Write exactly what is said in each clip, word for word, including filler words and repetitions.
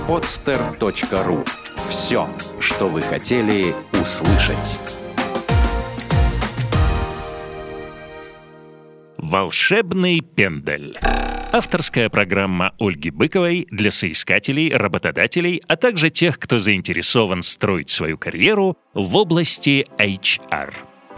подстер точка ру. Все, что вы хотели услышать. «Волшебный пендель». Авторская программа Ольги Быковой для соискателей, работодателей, а также тех, кто заинтересован строить свою карьеру в области эйч ар.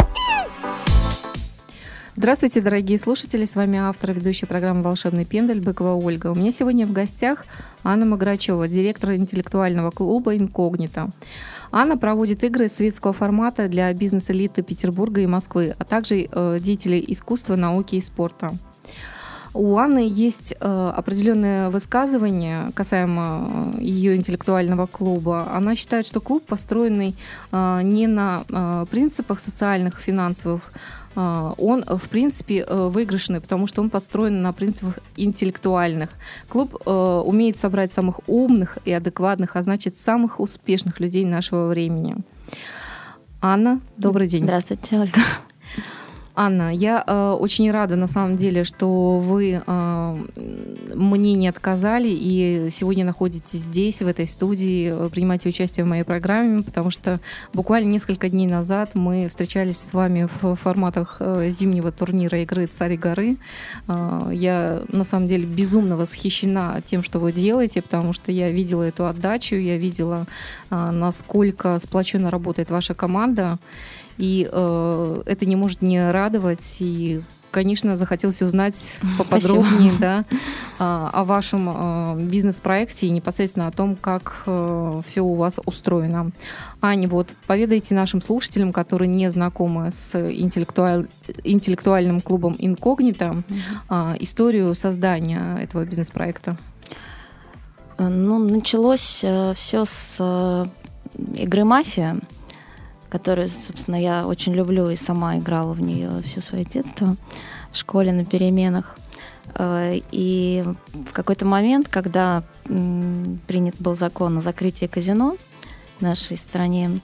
Здравствуйте, дорогие слушатели, с вами автор и ведущая программы «Волшебный пендель» Быкова Ольга. У меня сегодня в гостях Анна Маграчева, директор интеллектуального клуба «Инкогнито». Анна проводит игры светского формата для бизнес-элиты Петербурга и Москвы, а также э, деятелей искусства, науки и спорта. У Анны есть э, определенное высказывание касаемо ее интеллектуального клуба. Она считает, что клуб, построенный э, не на э, принципах социальных, финансовых, э, он, в принципе, э, выигрышный, потому что он построен на принципах интеллектуальных. Клуб э, умеет собрать самых умных и адекватных, а значит, самых успешных людей нашего времени. Анна, добрый день. Здравствуйте, Ольга. Анна, я э, очень рада, на самом деле, что вы э, мне не отказали и сегодня находитесь здесь, в этой студии, принимаете участие в моей программе, потому что буквально несколько дней назад мы встречались с вами в форматах э, зимнего турнира игры «Царь и горы». Э, я, на самом деле, безумно восхищена тем, что вы делаете, потому что я видела эту отдачу, я видела, э, насколько сплоченно работает ваша команда. И э, это не может не радовать. И, конечно, захотелось узнать поподробнее, да, э, о вашем э, бизнес-проекте и непосредственно о том, как э, все у вас устроено. Аня, вот поведайте нашим слушателям, которые не знакомы с интеллектуаль... интеллектуальным клубом «Инкогнито», э, историю создания этого бизнес-проекта. Ну, началось э, все с э, игры «Мафия», которую, собственно, я очень люблю и сама играла в нее все свое детство в школе на переменах. И в какой-то момент, когда принят был закон о закрытии казино в нашей стране,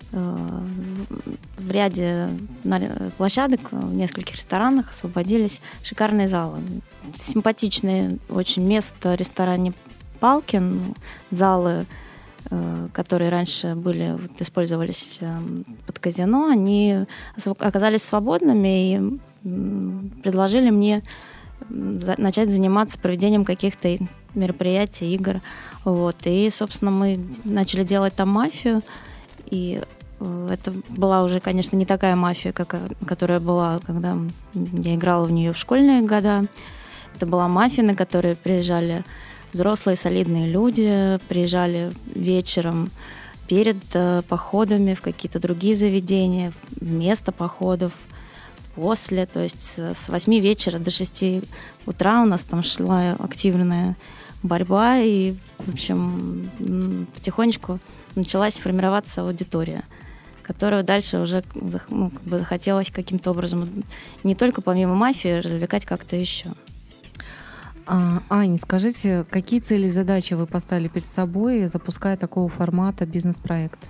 в ряде площадок, в нескольких ресторанах освободились шикарные залы. Симпатичное очень место в ресторане «Палкин», залы, которые раньше были, вот, использовались под казино, они оказались свободными и предложили мне за, начать заниматься проведением каких-то мероприятий, игр. Вот. И, собственно, мы начали делать там мафию. И это была уже, конечно, не такая мафия, как, которая была, когда я играла в нее в школьные года. Это была мафия, на которой приезжали взрослые солидные люди, приезжали вечером перед э, походами в какие-то другие заведения, вместо походов, после. То есть с восьми вечера до шести утра у нас там шла активная борьба, и, в общем, потихонечку началась формироваться аудитория, которую дальше уже ну, как бы захотелось каким-то образом не только помимо мафии развлекать как-то еще. А, Аня, скажите, какие цели и задачи вы поставили перед собой, запуская такого формата бизнес-проект?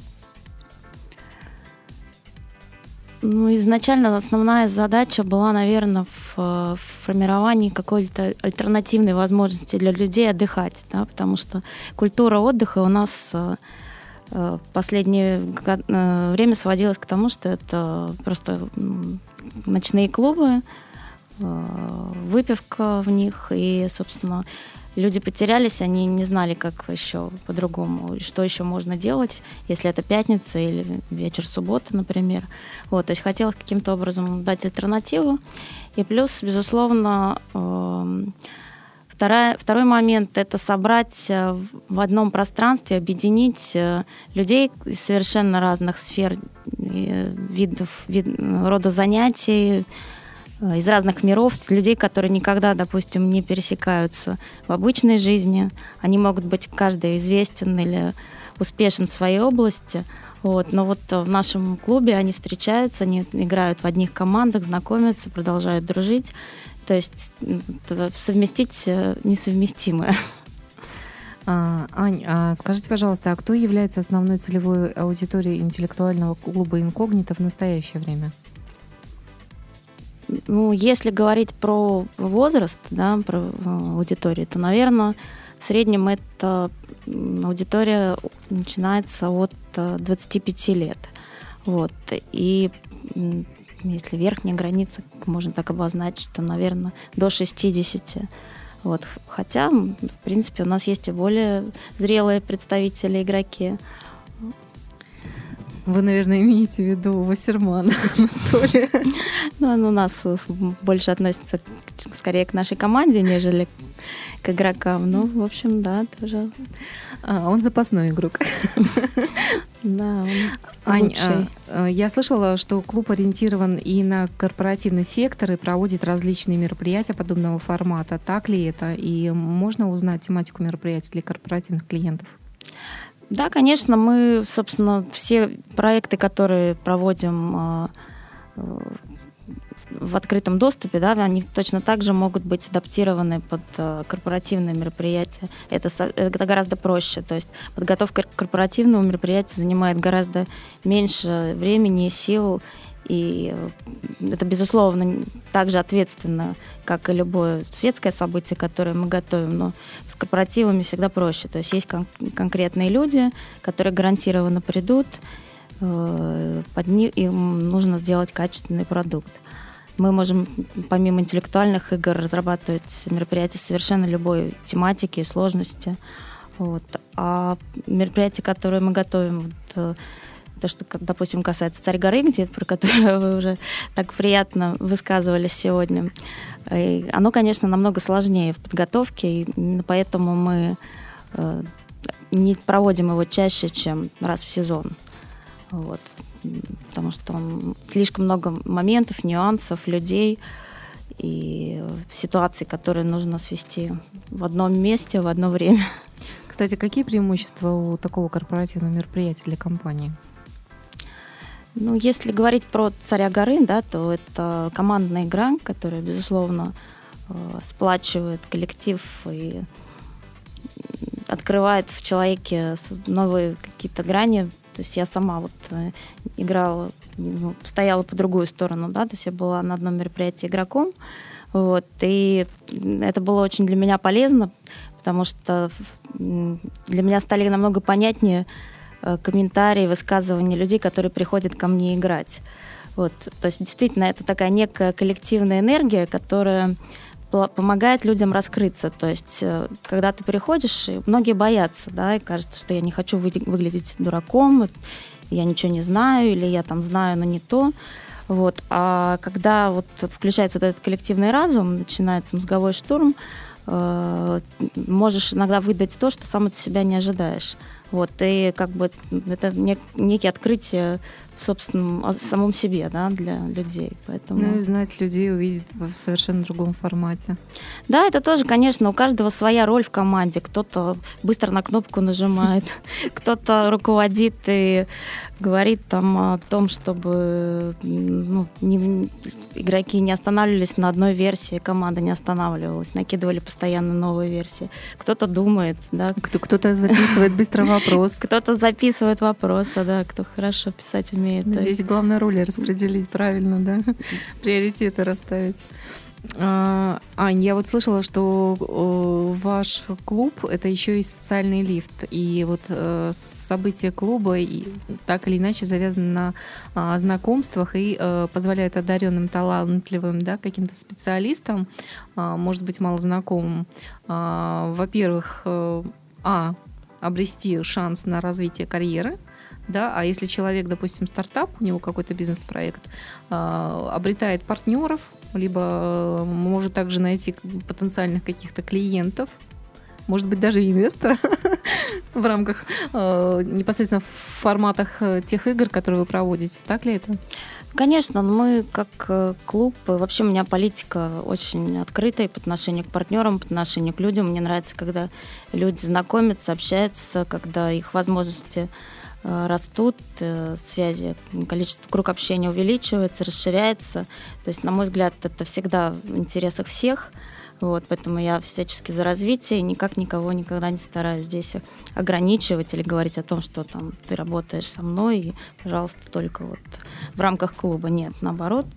Ну, изначально основная задача была, наверное, в, в формировании какой-то альтернативной возможности для людей отдыхать, да, потому что культура отдыха у нас в последнее время сводилась к тому, что это просто ночные клубы, выпивка в них, и, собственно, люди потерялись, они не знали, как еще по-другому, что еще можно делать, если это пятница или вечер субботы, например. Вот, то есть хотелось каким-то образом дать альтернативу. И плюс, безусловно, вторая, второй момент — это собрать в одном пространстве, объединить людей из совершенно разных сфер, видов, вид, рода занятий, из разных миров, людей, которые никогда, допустим, не пересекаются в обычной жизни. Они могут быть каждый известен или успешен в своей области. Вот. Но вот в нашем клубе они встречаются, они играют в одних командах, знакомятся, продолжают дружить. То есть совместить несовместимое. А, Ань, а скажите, пожалуйста, а кто является основной целевой аудиторией интеллектуального клуба «Инкогнито» в настоящее время? Ну, если говорить про возраст, да, про аудиторию, то, наверное, в среднем это аудитория начинается от двадцати пяти лет. Вот. И если верхняя граница, можно так обозначить, то, наверное, до шестидесяти. Вот. Хотя, в принципе, у нас есть и более зрелые представители, игроки. Вы, наверное, имеете в виду Вассермана Анатолия. Ну, он у нас больше относится скорее к нашей команде, нежели к игрокам. Ну, в общем, да, тоже. А, он запасной игрок. Да, он Ань, лучший. а, я слышала, что клуб ориентирован и на корпоративный сектор и проводит различные мероприятия подобного формата. Так ли это? И можно узнать тематику мероприятий для корпоративных клиентов? Да, конечно, мы, собственно, все проекты, которые проводим в открытом доступе, да, они точно так же могут быть адаптированы под корпоративные мероприятия. Это, это гораздо проще. То есть подготовка корпоративного мероприятия занимает гораздо меньше времени, сил, и это, безусловно, так же ответственно, как и любое светское событие, которое мы готовим, но с корпоративами всегда проще. То есть есть кон- конкретные люди, которые гарантированно придут, э, под них им нужно сделать качественный продукт. Мы можем, помимо интеллектуальных игр, разрабатывать мероприятия совершенно любой тематики и сложности. Вот. А мероприятия, которые мы готовим, вот, то, что, допустим, касается «Царь горы», где, про которое вы уже так приятно высказывались сегодня, и оно, конечно, намного сложнее в подготовке, и именно поэтому мы э, не проводим его чаще, чем раз в сезон. Вот. Потому что там слишком много моментов, нюансов, людей и ситуаций, которые нужно свести в одном месте, в одно время. Кстати, какие преимущества у такого корпоративного мероприятия для компании? Ну, если говорить про «Царя горы», да, то это командная игра, которая, безусловно, сплачивает коллектив и открывает в человеке новые какие-то грани. То есть я сама вот играла, ну, стояла по другую сторону, да, то есть я была на одном мероприятии игроком, вот, и это было очень для меня полезно, потому что для меня стали намного понятнее комментарии, высказывания людей, которые приходят ко мне играть. Вот. То есть действительно это такая некая коллективная энергия, которая помогает людям раскрыться. То есть когда ты приходишь, многие боятся, да, и кажется, что я не хочу вы- выглядеть дураком, я ничего не знаю, или я там знаю, но не то. Вот. А когда вот включается вот этот коллективный разум, начинается мозговой штурм, э- можешь иногда выдать то, что сам от себя не ожидаешь. Вот, и как бы это нек- некие открытия в собственном, о самом себе, да, для людей. Поэтому... Ну и знать людей увидеть в совершенно другом формате. Да, это тоже, конечно, у каждого своя роль в команде. Кто-то быстро на кнопку нажимает, кто-то руководит и говорит там о том, чтобы ну, не, игроки не останавливались на одной версии, команда не останавливалась, накидывали постоянно новые версии. Кто-то думает, да. Кто-то записывает быстро вопрос. Кто-то записывает вопросы, да, кто хорошо писать умеет. Здесь главная роль распределить правильно, да, приоритеты расставить. А, Ань, я вот слышала, что э, ваш клуб — это еще и социальный лифт, и вот э, события клуба и, так или иначе завязаны на э, знакомствах и э, позволяют одаренным, талантливым, да, каким-то специалистам, э, может быть, малознакомым, э, во-первых, э, а, обрести шанс на развитие карьеры, да, а если человек, допустим, стартап, у него какой-то бизнес-проект, э, обретает партнеров, либо может также найти потенциальных каких-то клиентов, может быть, даже инвестора в рамках э, непосредственно в форматах тех игр, которые вы проводите. Так ли это? Конечно, мы как клуб, вообще у меня политика очень открытая по отношению к партнерам, по отношению к людям. Мне нравится, когда люди знакомятся, общаются, когда их возможности растут, связи, количество, круг общения увеличивается, расширяется. То есть, на мой взгляд, это всегда в интересах всех. Вот, поэтому я всячески за развитие, никак никого никогда не стараюсь здесь ограничивать или говорить о том, что там ты работаешь со мной, и, пожалуйста, только вот в рамках клуба. Нет, наоборот,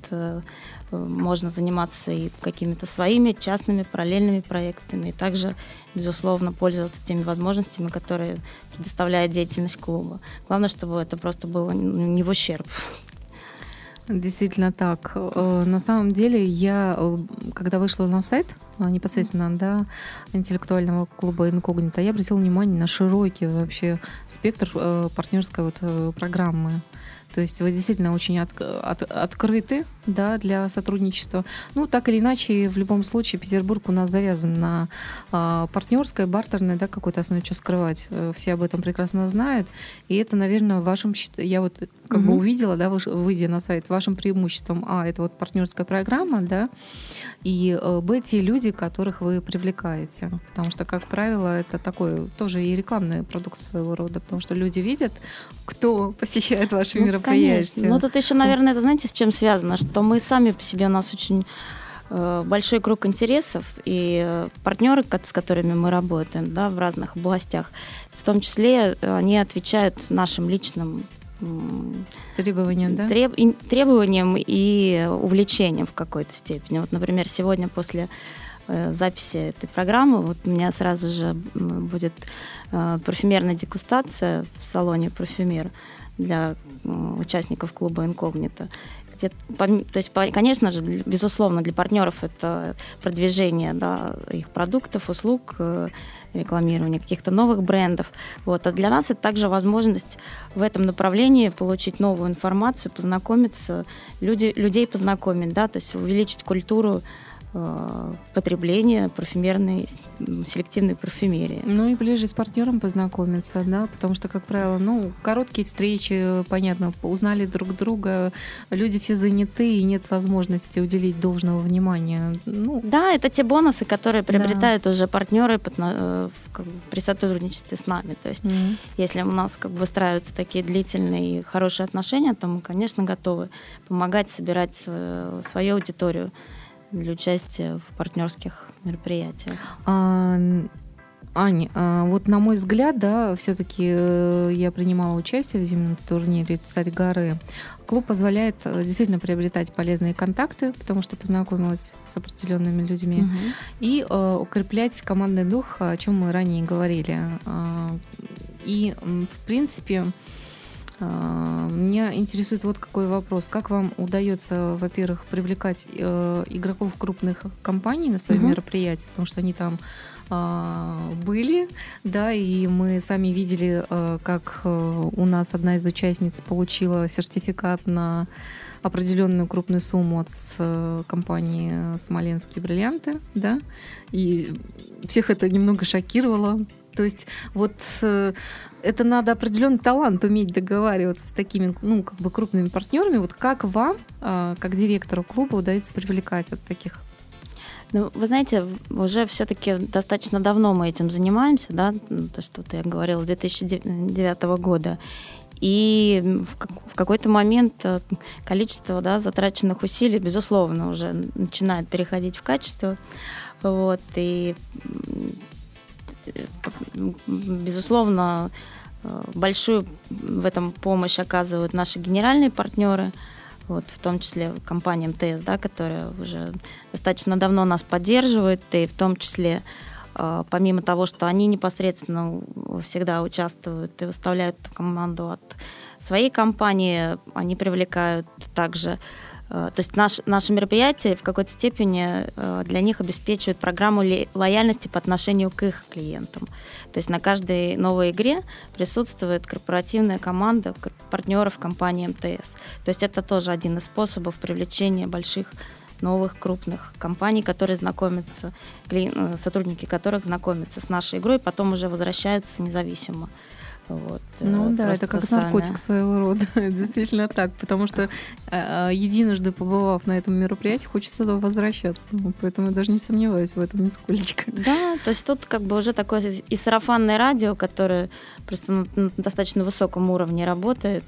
можно заниматься и какими-то своими частными параллельными проектами, и также, безусловно, пользоваться теми возможностями, которые предоставляет деятельность клуба. Главное, чтобы это просто было не в ущерб. Действительно так. На самом деле, я, когда вышла на сайт непосредственно, да, интеллектуального клуба «Инкогнито», я обратила внимание на широкий вообще спектр партнерской вот программы. То есть вы действительно очень от, от, открыты, да, для сотрудничества. Ну, так или иначе, в любом случае, Петербург у нас завязан на а, партнерской, бартерной, да, какой-то основе, что скрывать. Все об этом прекрасно знают. И это, наверное, вашим... Я вот как угу. бы увидела, да, выйдя на сайт, вашим преимуществом, а, это вот партнерская программа, да, и, б, те люди, которых вы привлекаете. Потому что, как правило, это такой тоже и рекламный продукт своего рода, потому что люди видят, кто посещает ваши ну, мероприятия. Конечно. Ну, тут еще, наверное, это, знаете, с чем связано, что мы сами по себе, у нас очень э, большой круг интересов, и э, партнеры, с которыми мы работаем, да, в разных областях, в том числе они отвечают нашим личным э, требованиям, да? Треб, и, требованиям и увлечениям в какой-то степени. Вот, например, сегодня после э, записи этой программы вот у меня сразу же будет э, парфюмерная дегустация в салоне «Парфюмер» для участников клуба «Инкогнито». Где, то есть, конечно же, безусловно, для партнеров это продвижение, да, их продуктов, услуг, рекламирование каких-то новых брендов. Вот. А для нас это также возможность в этом направлении получить новую информацию, познакомиться, люди, людей познакомить, да, то есть увеличить культуру потребления парфюмерной, селективной парфюмерии. Ну и ближе с партнером познакомиться, да, потому что, как правило, ну, короткие встречи, понятно, узнали друг друга, люди все заняты, и нет возможности уделить должного внимания. Ну, да, это те бонусы, которые приобретают да. уже партнеры при сотрудничестве с нами. То есть, mm-hmm. если у нас как бы выстраиваются такие длительные и хорошие отношения, то мы, конечно, готовы помогать собирать свою, свою аудиторию для участия в партнерских мероприятиях. А, Аня, а вот на мой взгляд, да, все-таки я принимала участие в зимнем турнире «Царь горы». Клуб позволяет действительно приобретать полезные контакты, потому что познакомилась с определенными людьми, угу. и э, укреплять командный дух, о чем мы ранее говорили. И, в принципе, меня интересует вот какой вопрос. Как вам удается, во-первых, привлекать э, игроков крупных компаний на свои uh-huh. мероприятия, потому что они там э, были, да, и мы сами видели, э, как э, у нас одна из участниц получила сертификат на определенную крупную сумму от э, компании «Смоленские бриллианты», да, и всех это немного шокировало. То есть вот э, это надо определенный талант уметь договариваться с такими, ну, как бы крупными партнерами. Вот как вам, э, как директору клуба, удается привлекать вот таких? Ну, вы знаете, уже все-таки достаточно давно мы этим занимаемся, да, то, что я говорила, с две тысячи девятого года. И в, в какой-то момент количество, да, затраченных усилий, безусловно, уже начинает переходить в качество. Вот, и безусловно, большую в этом помощь оказывают наши генеральные партнеры, вот, в том числе компания эм тэ эс, да, которая уже достаточно давно нас поддерживает, и в том числе, помимо того, что они непосредственно всегда участвуют и выставляют команду от своей компании, они привлекают также. То есть наш, наше мероприятие в какой-то степени для них обеспечивает программу лояльности по отношению к их клиентам. То есть на каждой новой игре присутствует корпоративная команда партнеров компании эм тэ эс. То есть это тоже один из способов привлечения больших новых крупных компаний, которые знакомятся, сотрудники которых знакомятся с нашей игрой, потом уже возвращаются независимо. Вот, ну да, это как сами. наркотик своего рода, действительно так, потому что э, единожды побывав на этом мероприятии, хочется туда возвращаться, поэтому я даже не сомневаюсь в этом нисколечко. Да, то есть тут как бы уже такое и сарафанное радио, которое просто на, на достаточно высоком уровне работает,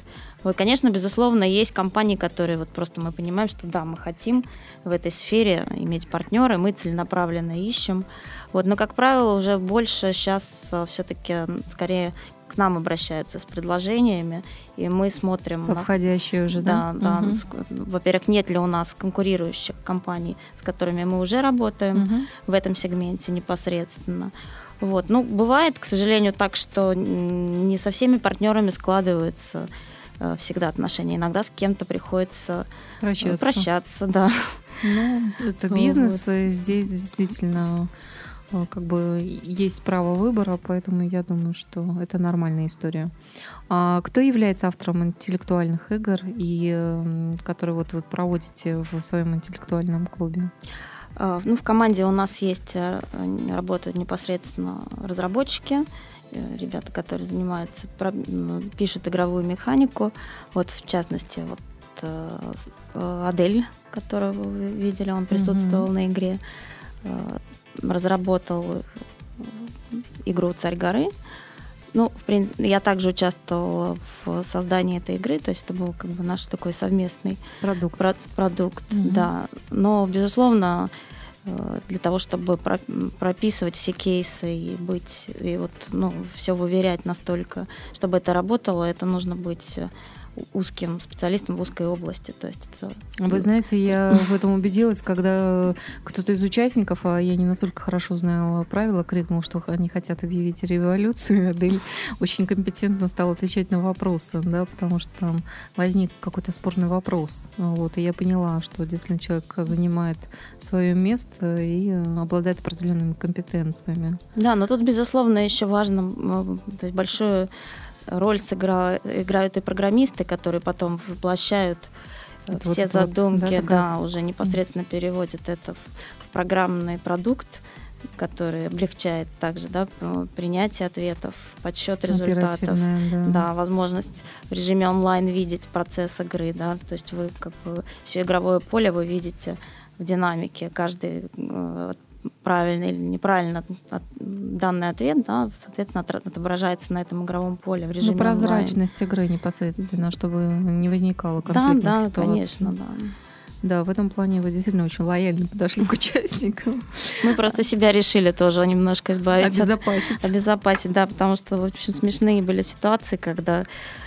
Вот, конечно, безусловно, есть компании, которые вот просто мы понимаем, что да, мы хотим в этой сфере иметь партнеры, мы целенаправленно ищем. Вот, но, как правило, уже больше сейчас все-таки скорее к нам обращаются с предложениями, и мы смотрим... Входящие уже, да? Да, угу. да. Во-первых, нет ли у нас конкурирующих компаний, с которыми мы уже работаем угу. в этом сегменте непосредственно. Вот. Ну, бывает, к сожалению, так, что не со всеми партнерами складываются всегда отношения. Иногда с кем-то приходится прощаться, прощаться да. Ну, это бизнес, вот. И здесь действительно как бы есть право выбора, поэтому я думаю, что это нормальная история. А кто является автором интеллектуальных игр, и которые вот вы проводите в своем интеллектуальном клубе? Ну, в команде у нас есть, работают непосредственно разработчики, ребята, которые занимаются, пишут игровую механику. Вот, в частности, вот Адель, которого вы видели, он присутствовал mm-hmm. на игре, разработал игру «Царь горы». Ну, в принципе, я также участвовала в создании этой игры, то есть это был как бы наш такой совместный продукт. Про- продукт, mm-hmm. да. Но, безусловно, для того, чтобы прописывать все кейсы и быть, и вот, ну, все выверять настолько, чтобы это работало, это нужно быть узким специалистом в узкой области. То есть это... Вы знаете, я в этом убедилась, когда кто-то из участников, а я не настолько хорошо знала правила, крикнул, что они хотят объявить революцию. Адель очень компетентно стала отвечать на вопросы, да, потому что там возник какой-то спорный вопрос. Вот, и я поняла, что действительно человек занимает свое место и обладает определенными компетенциями. Да, но тут, безусловно, еще важно, то есть большую роль сыгра... играют и программисты, которые потом воплощают это все вот задумки, вот, да, такая... да, уже непосредственно переводят это в программный продукт, который облегчает также, да, принятие ответов, подсчет результатов, да. Да, возможность в режиме онлайн видеть процесс игры, да, то есть вы как бы все игровое поле вы видите в динамике, каждый правильно или неправильно данный ответ, да, соответственно, отображается на этом игровом поле в режиме ну, прозрачность онлайн. Игры непосредственно, чтобы не возникало конфликтных да, да, ситуаций. Конечно, да. Да, в этом плане вы действительно очень лояльно подошли к участникам. Мы просто себя решили тоже немножко избавиться. Обезопасить. От... Обезопасить, да, потому что, в общем, смешные были ситуации, когда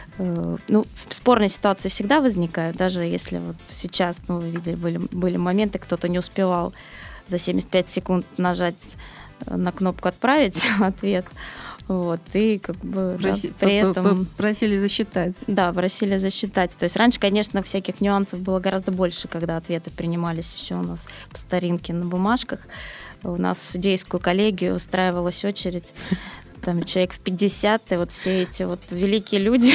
э, ну, спорные ситуации всегда возникают, даже если вот сейчас, ну, вы видели, были, были моменты, кто-то не успевал за семьдесят пять секунд нажать на кнопку «Отправить» ответ. Вот, и как бы Проси, да, при этом... Просили засчитать. Да, просили засчитать. То есть раньше, конечно, всяких нюансов было гораздо больше, когда ответы принимались еще у нас по старинке на бумажках. У нас в судейскую коллегию устраивалась очередь, там человек в пятьдесят, и вот все эти вот великие люди...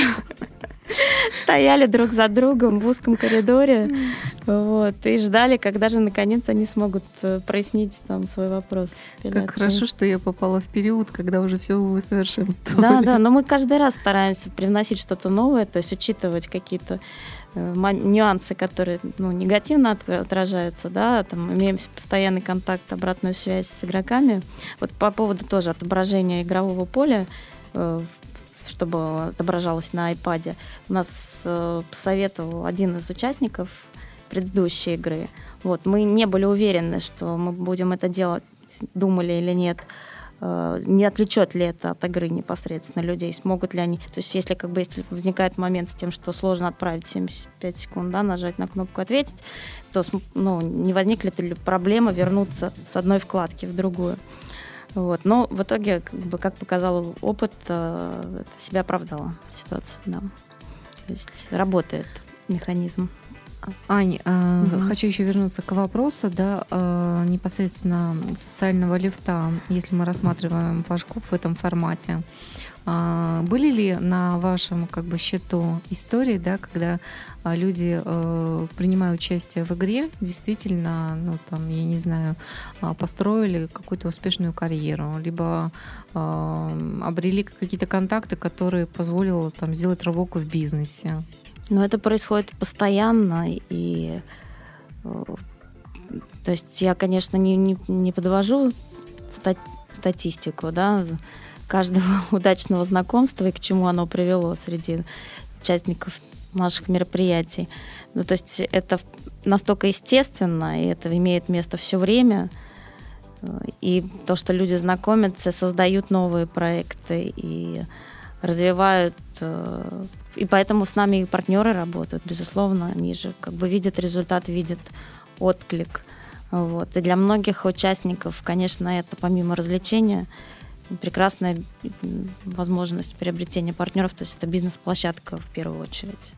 стояли друг за другом в узком коридоре, вот, и ждали, когда же наконец они смогут прояснить там свой вопрос. Как хорошо, что я попала в период, когда уже все усовершенствовали. Да, да, но мы каждый раз стараемся привносить что-то новое, то есть учитывать какие-то нюансы, которые, ну, негативно отражаются, да, там имеем постоянный контакт, обратную связь с игроками. Вот по поводу тоже отображения игрового поля, чтобы отображалось на iPad. У нас э, посоветовал один из участников предыдущей игры. Вот, мы не были уверены, что мы будем это делать, думали или нет, э, не отвлечет ли это от игры непосредственно людей, смогут ли они... То есть если, как бы, если возникает момент с тем, что сложно отправить семьдесят пять секунд, да, нажать на кнопку «Ответить», то, ну, не возникнет ли проблема вернуться с одной вкладки в другую. Вот. Но в итоге, как бы, как показал опыт, это себя оправдало ситуацию. Да. То есть работает механизм. Ань, э, угу. хочу еще вернуться к вопросу, да, э, непосредственно социального лифта, если мы рассматриваем ваш клуб в этом формате. Э, были ли на вашем, как бы, счету истории, да, когда люди, э, принимая участие в игре, действительно, ну, там, я не знаю, построили какую-то успешную карьеру, либо э, обрели какие-то контакты, которые позволили там сделать рывок в бизнесе? Но это происходит постоянно, и то есть я, конечно, не, не, не подвожу стат, статистику, да, каждого удачного знакомства и к чему оно привело среди участников наших мероприятий. Ну, то есть это настолько естественно, и это имеет место все время. И то, что люди знакомятся, создают новые проекты и развивают. И поэтому с нами и партнеры работают, безусловно. Они же как бы видят результат, видят отклик. Вот. И для многих участников, конечно, это помимо развлечения прекрасная возможность приобретения партнеров, то есть это бизнес-площадка в первую очередь.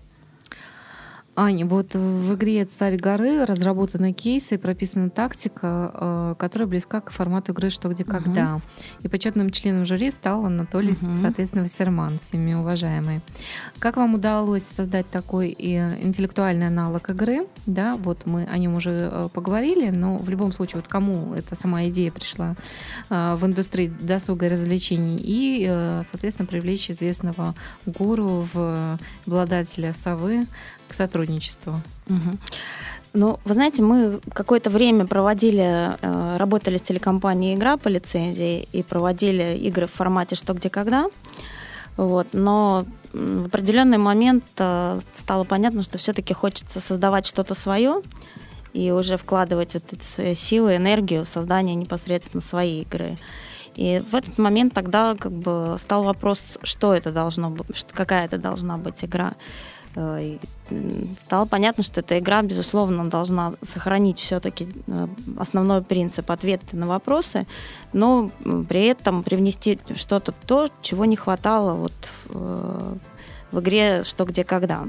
Аня, вот в игре «Царь горы» разработаны кейсы и прописана тактика, которая близка к формату игры «Что, где, когда». Uh-huh. И почетным членом жюри стал Анатолий, uh-huh. соответственно, Вассерман, всеми уважаемый. Как вам удалось создать такой интеллектуальный аналог игры? Да, вот мы о нем уже поговорили, но в любом случае, вот кому эта сама идея пришла в индустрии досуга и развлечений, и, соответственно, привлечь известного гуру, в обладателя совы, к сотрудничеству? Угу. Ну, вы знаете, мы какое-то время проводили, работали с телекомпанией «Игра» по лицензии и проводили игры в формате «Что, где, когда». Вот. Но в определенный момент стало понятно, что все-таки хочется создавать что-то свое и уже вкладывать вот эти свои силы, энергию в создание непосредственно своей игры. И в этот момент тогда как бы стал вопрос, что это должно быть, какая это должна быть игра. И стало понятно, что эта игра, безусловно, должна сохранить все-таки основной принцип ответа на вопросы, но при этом привнести что-то то, чего не хватало вот в, в игре «Что, где, когда».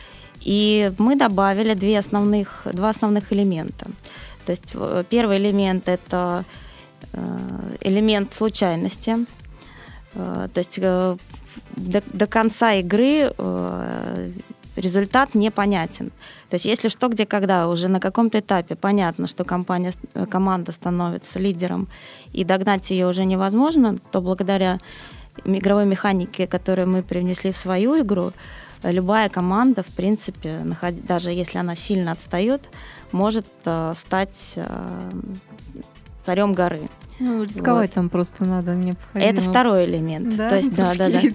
И мы добавили две основных, два основных элемента. То есть первый элемент – это элемент случайности. То есть до, до конца игры результат непонятен. То есть если «Что, где, когда» уже на каком-то этапе понятно, что компания, команда становится лидером, и догнать ее уже невозможно, то благодаря игровой механике, которую мы привнесли в свою игру, любая команда, в принципе, даже если она сильно отстает, может стать царем горы. Ну, рисковать вот. Там просто надо необходимо. Это второй элемент. Да, то есть, да, да, да.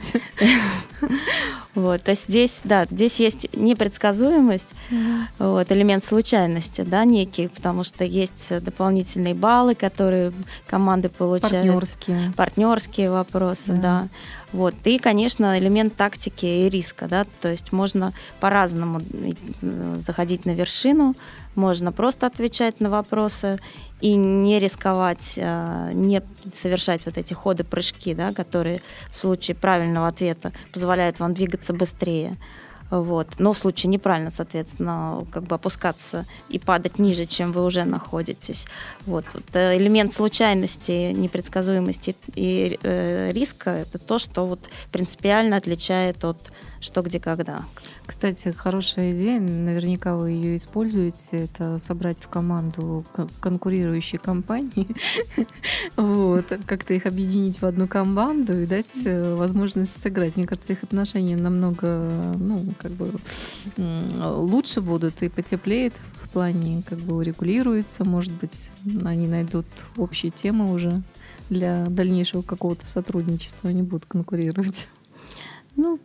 Вот, то есть здесь, да, здесь есть непредсказуемость, mm-hmm. вот, элемент случайности, да, некий, потому что есть дополнительные баллы, которые команды получают. Партнерские. Партнерские вопросы, mm-hmm. да. Вот, и, конечно, элемент тактики и риска, да, то есть можно по-разному заходить на вершину, можно просто отвечать на вопросы и не рисковать, не совершать вот эти ходы-прыжки, да, которые в случае правильного ответа позволяют вам двигаться быстрее. Вот. Но в случае неправильно, соответственно, как бы опускаться и падать ниже, чем вы уже находитесь. Вот. Вот. Элемент случайности, непредсказуемости и э, риска – это то, что вот принципиально отличает от «Что, где, когда». Кстати, хорошая идея, наверняка вы ее используете, это собрать в команду конкурирующие компании, вот, как-то их объединить в одну команду и дать возможность сыграть. Мне кажется, их отношения намного, ну, как бы лучше будут и потеплеют в плане, как бы урегулируется, может быть, они найдут общие темы уже для дальнейшего какого-то сотрудничества, они будут конкурировать. Ну,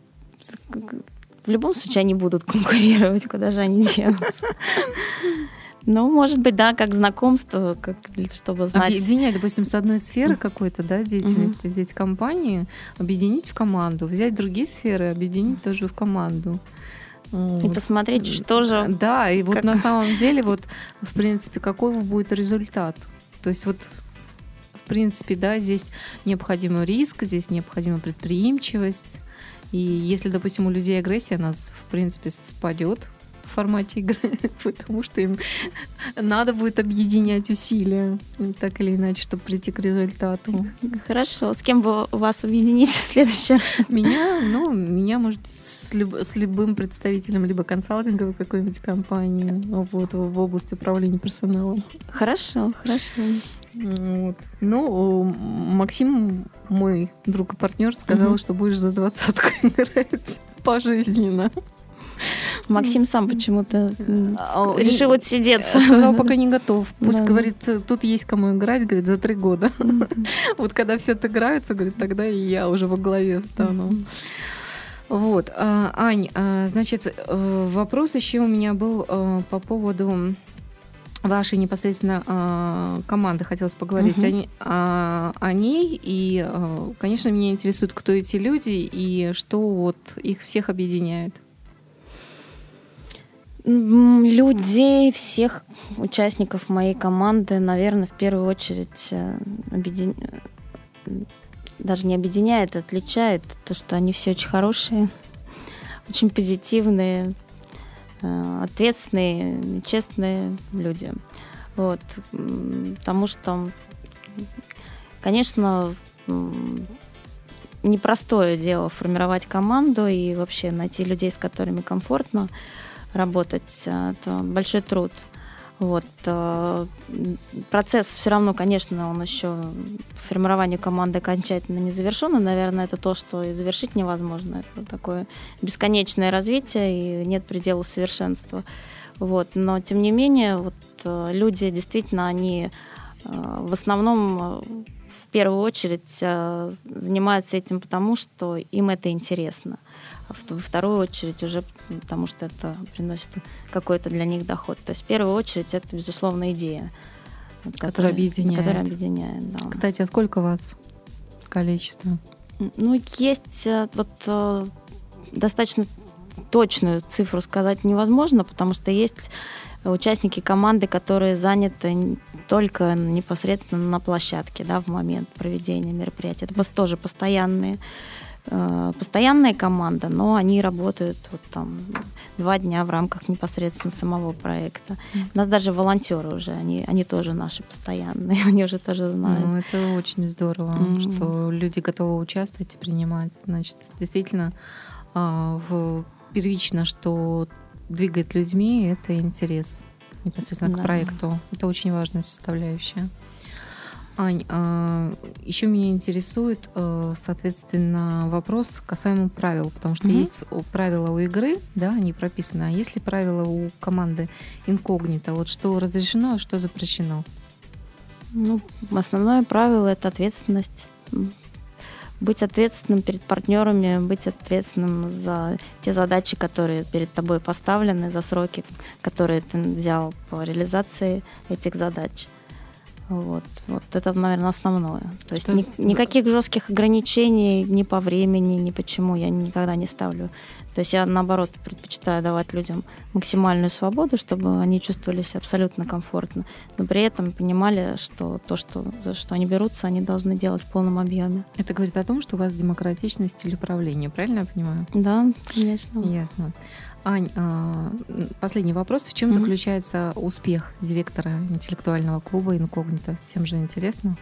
в любом случае они будут конкурировать, куда же они денутся. Ну, может быть, да, как знакомство, как, чтобы знать. Объединять, допустим, с одной сферы какой-то, да, деятельности, mm-hmm. взять компании, объединить в команду, взять другие сферы, объединить тоже в команду. И вот. Посмотреть, что же... Да, и вот как... на самом деле, вот, в принципе, какой будет результат. То есть вот, в принципе, да, здесь необходим риск, здесь необходима предприимчивость. И если, допустим, у людей агрессия, она, в принципе, спадет в формате игры, потому что им надо будет объединять усилия, так или иначе, чтобы прийти к результату. Хорошо. С кем бы вас объединить в следующий раз? Меня, ну, меня, может, с, люб, с любым представителем либо консалтинговой какой-нибудь компании, вот, в области управления персоналом. Хорошо, хорошо. Вот. Ну, Максим, мой друг и партнер, сказал, uh-huh. что будешь за двадцатку играть пожизненно. Максим сам почему-то решил отсидеться. Сказал, пока не готов. Пусть, да. говорит, тут есть кому играть, говорит, за три года. Mm-hmm. Вот когда все отыграются, говорит, тогда и я уже во главе встану. Mm-hmm. Вот, Ань, значит, вопрос еще у меня был по поводу вашей непосредственно команды. Хотелось поговорить uh-huh. о, о ней. И, конечно, меня интересует, кто эти люди и что вот их всех объединяет. Людей, всех участников моей команды, наверное, в первую очередь объединяет, даже не объединяет, а отличает то, что они все очень хорошие, очень позитивные, ответственные, честные люди. Вот. Потому что, конечно, непростое дело формировать команду и вообще найти людей, с которыми комфортно работать. Это большой труд. Вот. Процесс все равно, конечно, он еще формирование команды окончательно не завершен. И, наверное, это то, что и завершить невозможно. Это такое бесконечное развитие, и нет предела совершенства. Вот. Но, тем не менее, вот, люди действительно, они в основном в первую очередь занимаются этим потому, что им это интересно. Во вторую очередь уже потому, что это приносит какой-то для них доход. То есть в первую очередь это, безусловно, идея, которая, которая объединяет. Которая объединяет, да. Кстати, а сколько у вас количество? Ну, есть вот достаточно точную цифру сказать невозможно, потому что есть участники команды, которые заняты только непосредственно на площадке, да, в момент проведения мероприятия. Это тоже постоянные постоянная команда, но они работают вот там два дня в рамках непосредственно самого проекта. Mm. У нас даже волонтеры уже, они, они тоже наши постоянные, они уже тоже знают. Ну, это очень здорово, mm. что люди готовы участвовать и принимать. Значит, действительно, в, первично, что двигает людьми, это интерес непосредственно да. к проекту. Это очень важная составляющая. Ань, еще меня интересует, соответственно, вопрос касаемо правил, потому что mm-hmm. есть правила у игры, да, они прописаны, а есть ли правила у команды инкогнито? Вот что разрешено, а что запрещено? Ну, основное правило — это ответственность. Быть ответственным перед партнерами, быть ответственным за те задачи, которые перед тобой поставлены, за сроки, которые ты взял по реализации этих задач. Вот. Вот это, наверное, основное. То есть ни, никаких жестких ограничений ни по времени, ни почему я никогда не ставлю. То есть я, наоборот, предпочитаю давать людям максимальную свободу, чтобы они чувствовали себя абсолютно комфортно, но при этом понимали, что то, что, за что они берутся, они должны делать в полном объеме. Это говорит о том, что у вас демократичный стиль управления, правильно я понимаю? Да, конечно. Ясно. Ань, последний вопрос. В чем mm-hmm. заключается успех директора интеллектуального клуба «Инкогнито»? Всем же интересно.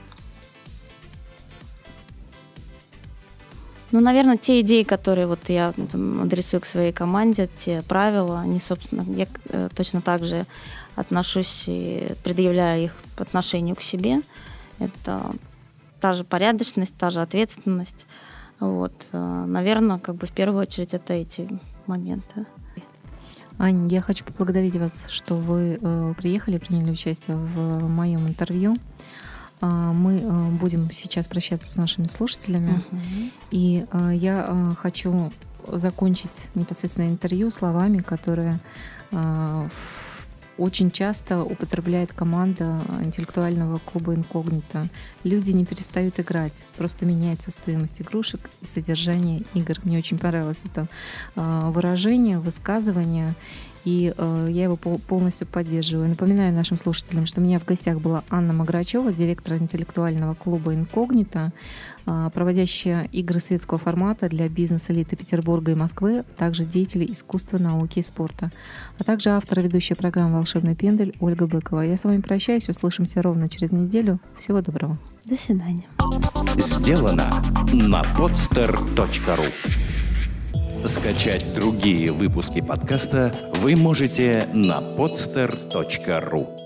Ну, наверное, те идеи, которые вот я адресую к своей команде, те правила, они, собственно, я точно так же отношусь и предъявляю их по отношению к себе. Это та же порядочность, та же ответственность. Вот. Наверное, как бы в первую очередь это эти моменты. Аня, я хочу поблагодарить вас, что вы э, приехали, приняли участие в моем интервью. Э, мы э, будем сейчас прощаться с нашими слушателями. Uh-huh. И э, я э, хочу закончить непосредственно интервью словами, которые э, очень часто употребляет команда интеллектуального клуба «Инкогнито». Люди не перестают играть, просто меняется стоимость игрушек и содержание игр. Мне очень понравилось это выражение, высказывание, и я его полностью поддерживаю. Напоминаю нашим слушателям, что у меня в гостях была Анна Маграчева, директор интеллектуального клуба «Инкогнито», проводящая игры светского формата для бизнес-элиты Петербурга и Москвы, также деятели искусства, науки и спорта, а также автор и ведущая программы «Волшебный пендель» Ольга Быкова. Я с вами прощаюсь, услышимся ровно через неделю. Всего доброго. До свидания. Сделано на podster точка ру. Скачать другие выпуски подкаста вы можете на podster точка ру.